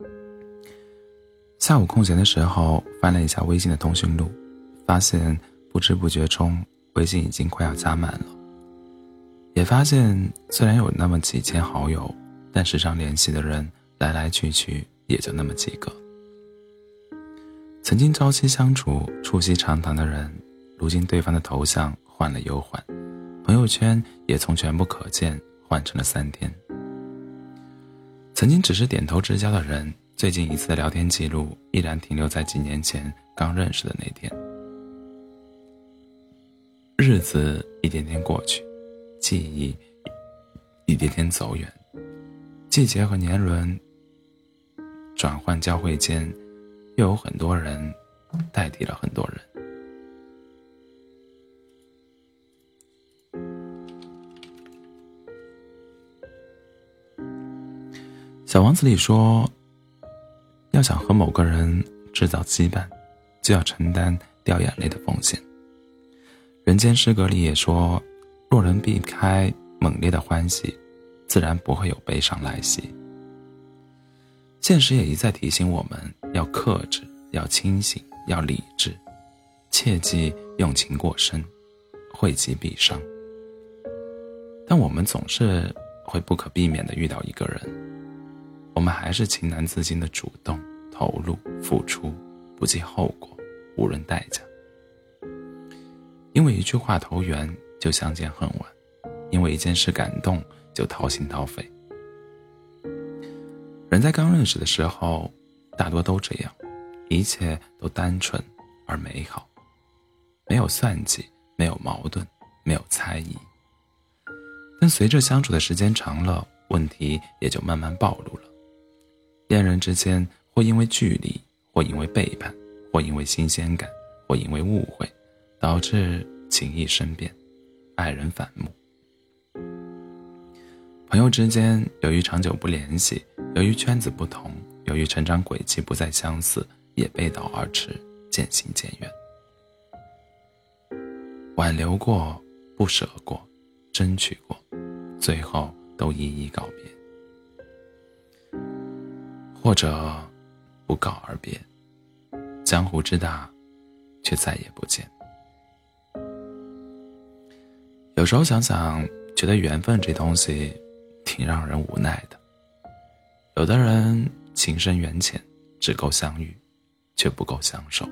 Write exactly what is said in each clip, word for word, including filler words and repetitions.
下午空闲的时候翻了一下微信的通讯录，发现不知不觉中微信已经快要加满了。也发现虽然有那么几千好友，但时常联系的人来来去去也就那么几个。曾经朝夕相处促膝长谈的人，如今对方的头像换了又换，朋友圈也从全部可见换成了三天。曾经只是点头之交的人，最近一次的聊天记录依然停留在几年前刚认识的那天。日子一点点过去，记忆一点点走远，季节和年轮转换交汇间，又有很多人代替了很多人。小王子里说，要想和某个人制造羁绊，就要承担掉眼泪的风险。人间失格里也说，若能避开猛烈的欢喜，自然不会有悲伤来袭。现实也一再提醒我们要克制，要清醒，要理智，切忌用情过深，惠及必伤。但我们总是会不可避免地遇到一个人，我们还是情难自禁地主动投入付出，不计后果，无论代价。因为一句话投缘就相见恨晚，因为一件事感动就掏心掏肺。人在刚认识的时候大多都这样，一切都单纯而美好，没有算计，没有矛盾，没有猜疑。但随着相处的时间长了，问题也就慢慢暴露了。恋人之间或因为距离，或因为背叛，或因为新鲜感，或因为误会，导致情意生变，爱人反目。朋友之间由于长久不联系，由于圈子不同，由于成长轨迹不再相似，也背道而驰，渐行渐远。挽留过，不舍过，争取过，最后都一一告别，或者不告而别。江湖之大，却再也不见。有时候想想，觉得缘分这东西挺让人无奈的。有的人情深缘浅，只够相遇，却不够相守；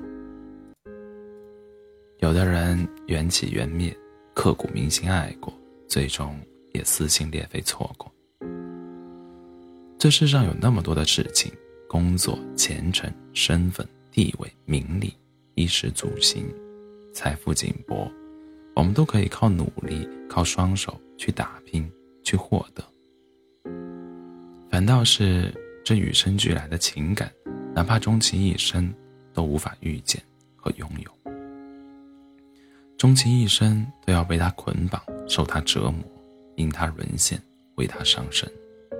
有的人缘起缘灭，刻骨铭心爱过，最终也撕心裂肺错过。这世上有那么多的事情，工作、前程、身份、地位、名利、衣食住行、财富紧迫，我们都可以靠努力，靠双手去打拼，去获得。反倒是这与生俱来的情感，哪怕终其一生都无法遇见和拥有，终其一生都要被他捆绑，受他折磨，因他沦陷，为他伤身。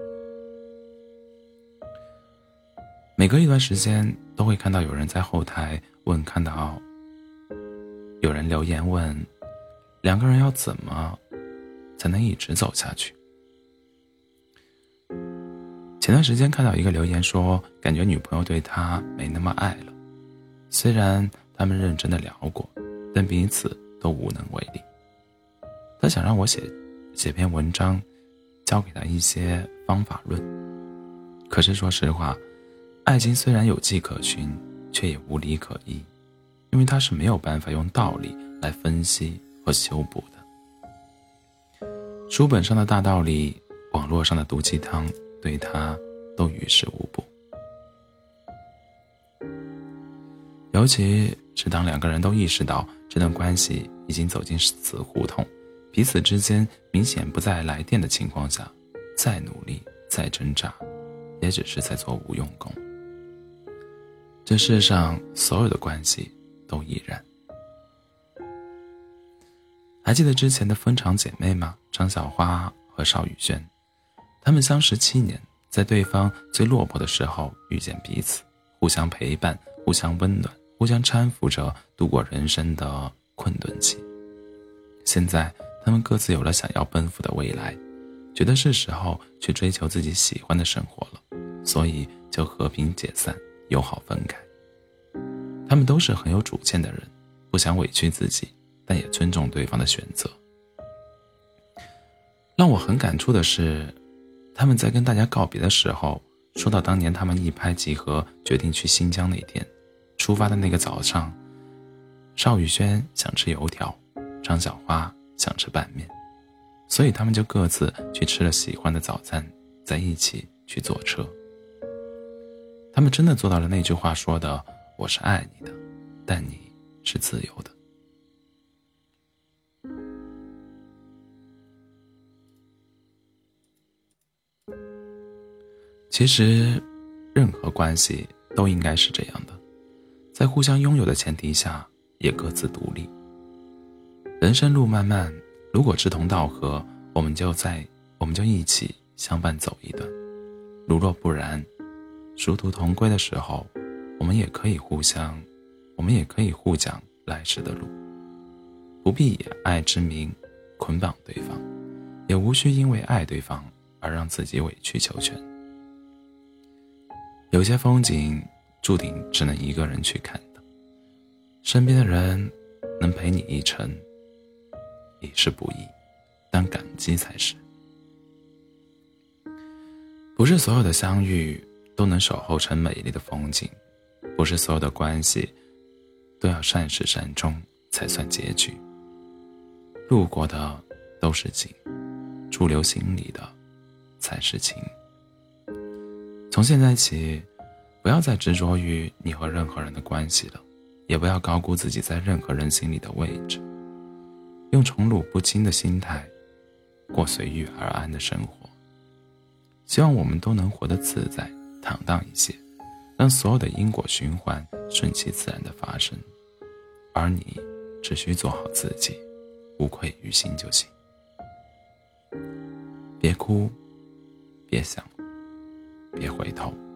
每隔一段时间都会看到有人在后台问，看到有人留言问，两个人要怎么才能一直走下去。前段时间看到一个留言说，感觉女朋友对他没那么爱了，虽然他们认真的聊过，但彼此都无能为力。他想让我写写篇文章，教给他一些方法论。可是说实话，爱情虽然有迹可循，却也无理可依，因为它是没有办法用道理来分析和修补的。书本上的大道理，网络上的毒鸡汤，对他都于事无补。尤其是当两个人都意识到这段关系已经走进死胡同，彼此之间明显不再来电的情况下，再努力再挣扎，也只是在做无用功。这世上所有的关系都已然。还记得之前的分厂姐妹吗？张小花和邵雨轩，她们相识七年，在对方最落魄的时候遇见彼此，互相陪伴，互相温暖，互相搀扶着度过人生的困顿期。现在他们各自有了想要奔赴的未来，觉得是时候去追求自己喜欢的生活了，所以就就和平解散，友好分开。他们都是很有主见的人，不想委屈自己，但也尊重对方的选择。让我很感触的是，他们在跟大家告别的时候，说到当年他们一拍即合决定去新疆那天，出发的那个早上，邵宇轩想吃油条，张小花想吃拌面，所以他们就各自去吃了喜欢的早餐，在一起去坐车。他们真的做到了那句话说的，我是爱你的，但你是自由的。其实任何关系都应该是这样的，在互相拥有的前提下，也各自独立。人生路漫漫，如果志同道合，我们就在我们就一起相伴走一段；如若不然，殊途同归的时候，我们也可以互相我们也可以互讲来时的路，不必以爱之名捆绑对方，也无需因为爱对方而让自己委曲求全。有些风景注定只能一个人去看的，身边的人能陪你一程已是不易，但感激才是。不是所有的相遇都能守候成美丽的风景，不是所有的关系都要善始善终才算结局。路过的都是景，驻留心里的才是情。从现在起，不要再执着于你和任何人的关系了，也不要高估自己在任何人心里的位置，用宠辱不惊的心态过随遇而安的生活。希望我们都能活得自在坦荡一些，让所有的因果循环顺其自然的发生，而你只需做好自己，无愧于心就行。别哭，别想，别回头。